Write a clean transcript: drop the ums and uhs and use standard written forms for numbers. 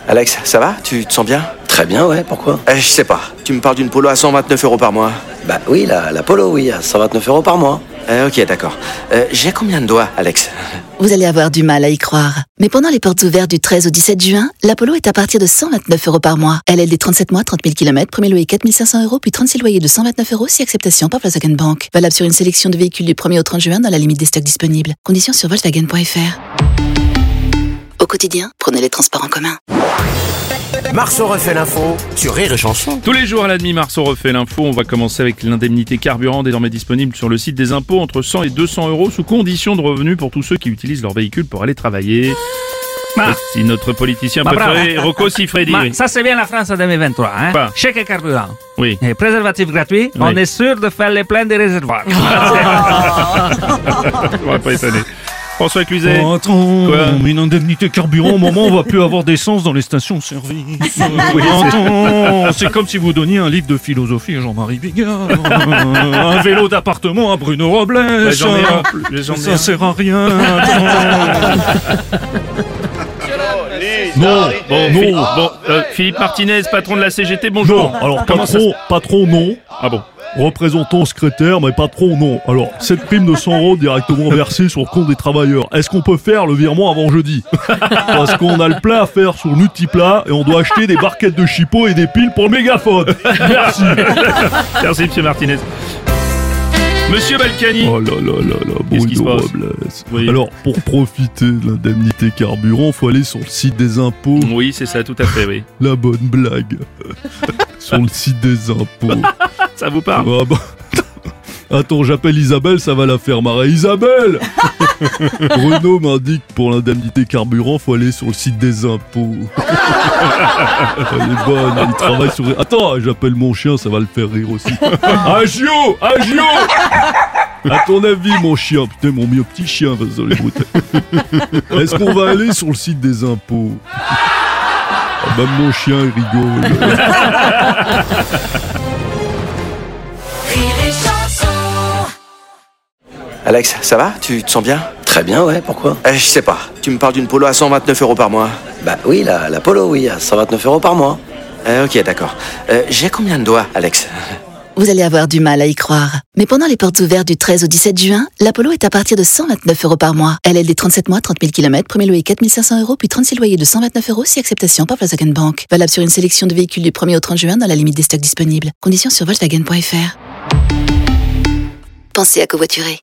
Alex, ça va? Tu te sens bien? Très bien, ouais, pourquoi? Je sais pas. Tu me parles d'une Polo à 129 € par mois. Bah oui, la Polo, oui, à 129 € par mois. Ok, d'accord. J'ai combien de doigts, Alex? Vous allez avoir du mal à y croire. Mais pendant les portes ouvertes du 13 au 17 juin, la Polo est à partir de 129 € par mois. LLD 37 mois, 30 000 km, premier loyer 4 500 €, puis 36 loyers de 129 € si acceptation par Volkswagen Bank. Valable sur une sélection de véhicules du 1er au 30 juin dans la limite des stocks disponibles. Conditions sur Volkswagen.fr. Au quotidien, prenez les transports en commun. Marceau refait l'info sur Rire et Chanson. Tous les jours à la demi, Marceau refait l'info. On va commencer avec l'indemnité carburant désormais disponible sur le site des impôts entre 100 et 200 € sous condition de revenus pour tous ceux qui utilisent leur véhicule pour aller travailler. Si notre politicien préféré, Rocco Siffredi. Oui. Ça, c'est bien la France en 2023. Hein? Pas. Chèque carburant. Oui. Et préservatif gratuit. Oui. On est sûr de faire les pleins des réservoirs. On va pas étonner. François Cluzet. Oh, attends, Quoi une indemnité carburant, au moment où on va plus avoir d'essence dans les stations-service. Oui, Attends, c'est comme si vous donniez un livre de philosophie à Jean-Marie Bigard, un vélo d'appartement à Bruno Robles. Bah, j'en ai un. J'en ai Ça un. sert à rien. Non, Philippe Martinez, patron de la CGT, bonjour. non, alors Comment ça patron non. Ah bon. Représentant secrétaire, mais patron non. Alors, cette prime de 100 € directement versée sur le compte des travailleurs, est-ce qu'on peut faire le virement avant jeudi? Parce qu'on a le plat à faire sur le multiplat et on doit acheter des barquettes de chipot et des piles pour le mégaphone. Merci. Merci, monsieur Martinez. Monsieur Balkany. Oh là là là là, Qu'est-ce qui se Bruno passe? Robles. Oui. Alors, pour profiter de l'indemnité carburant, faut aller sur le site des impôts. Oui, c'est ça, tout à fait, oui. La bonne blague. Sur le site des impôts. Ça vous parle? Ah bah... Attends, j'appelle Isabelle, ça va la faire marrer. Isabelle! Bruno m'indique que pour l'indemnité carburant, faut aller sur le site des impôts. Elle est bonne, il travaille sur... Attends, j'appelle mon chien, ça va le faire rire aussi. Agio! Agio! À ton avis, mon chien, putain, mon petit chien va se les brouter. Est-ce qu'on va aller sur le site des impôts? Ah, même mon chien, il rigole. Alex, ça va? Tu te sens bien? Très bien, ouais, pourquoi? Je sais pas. Tu me parles d'une Polo à 129 € par mois. Bah oui, la Polo, oui, à 129 € par mois. Ok, d'accord. J'ai combien de doigts, Alex? Vous allez avoir du mal à y croire. Mais pendant les portes ouvertes du 13 au 17 juin, la Polo est à partir de 129 € par mois. LLD 37 mois, 30 000 km, premier loyer 4 500 €, puis 36 loyers de 129 € si acceptation par Volkswagen Bank. Valable sur une sélection de véhicules du 1er au 30 juin dans la limite des stocks disponibles. Conditions sur Volkswagen.fr. Pensez à covoiturer.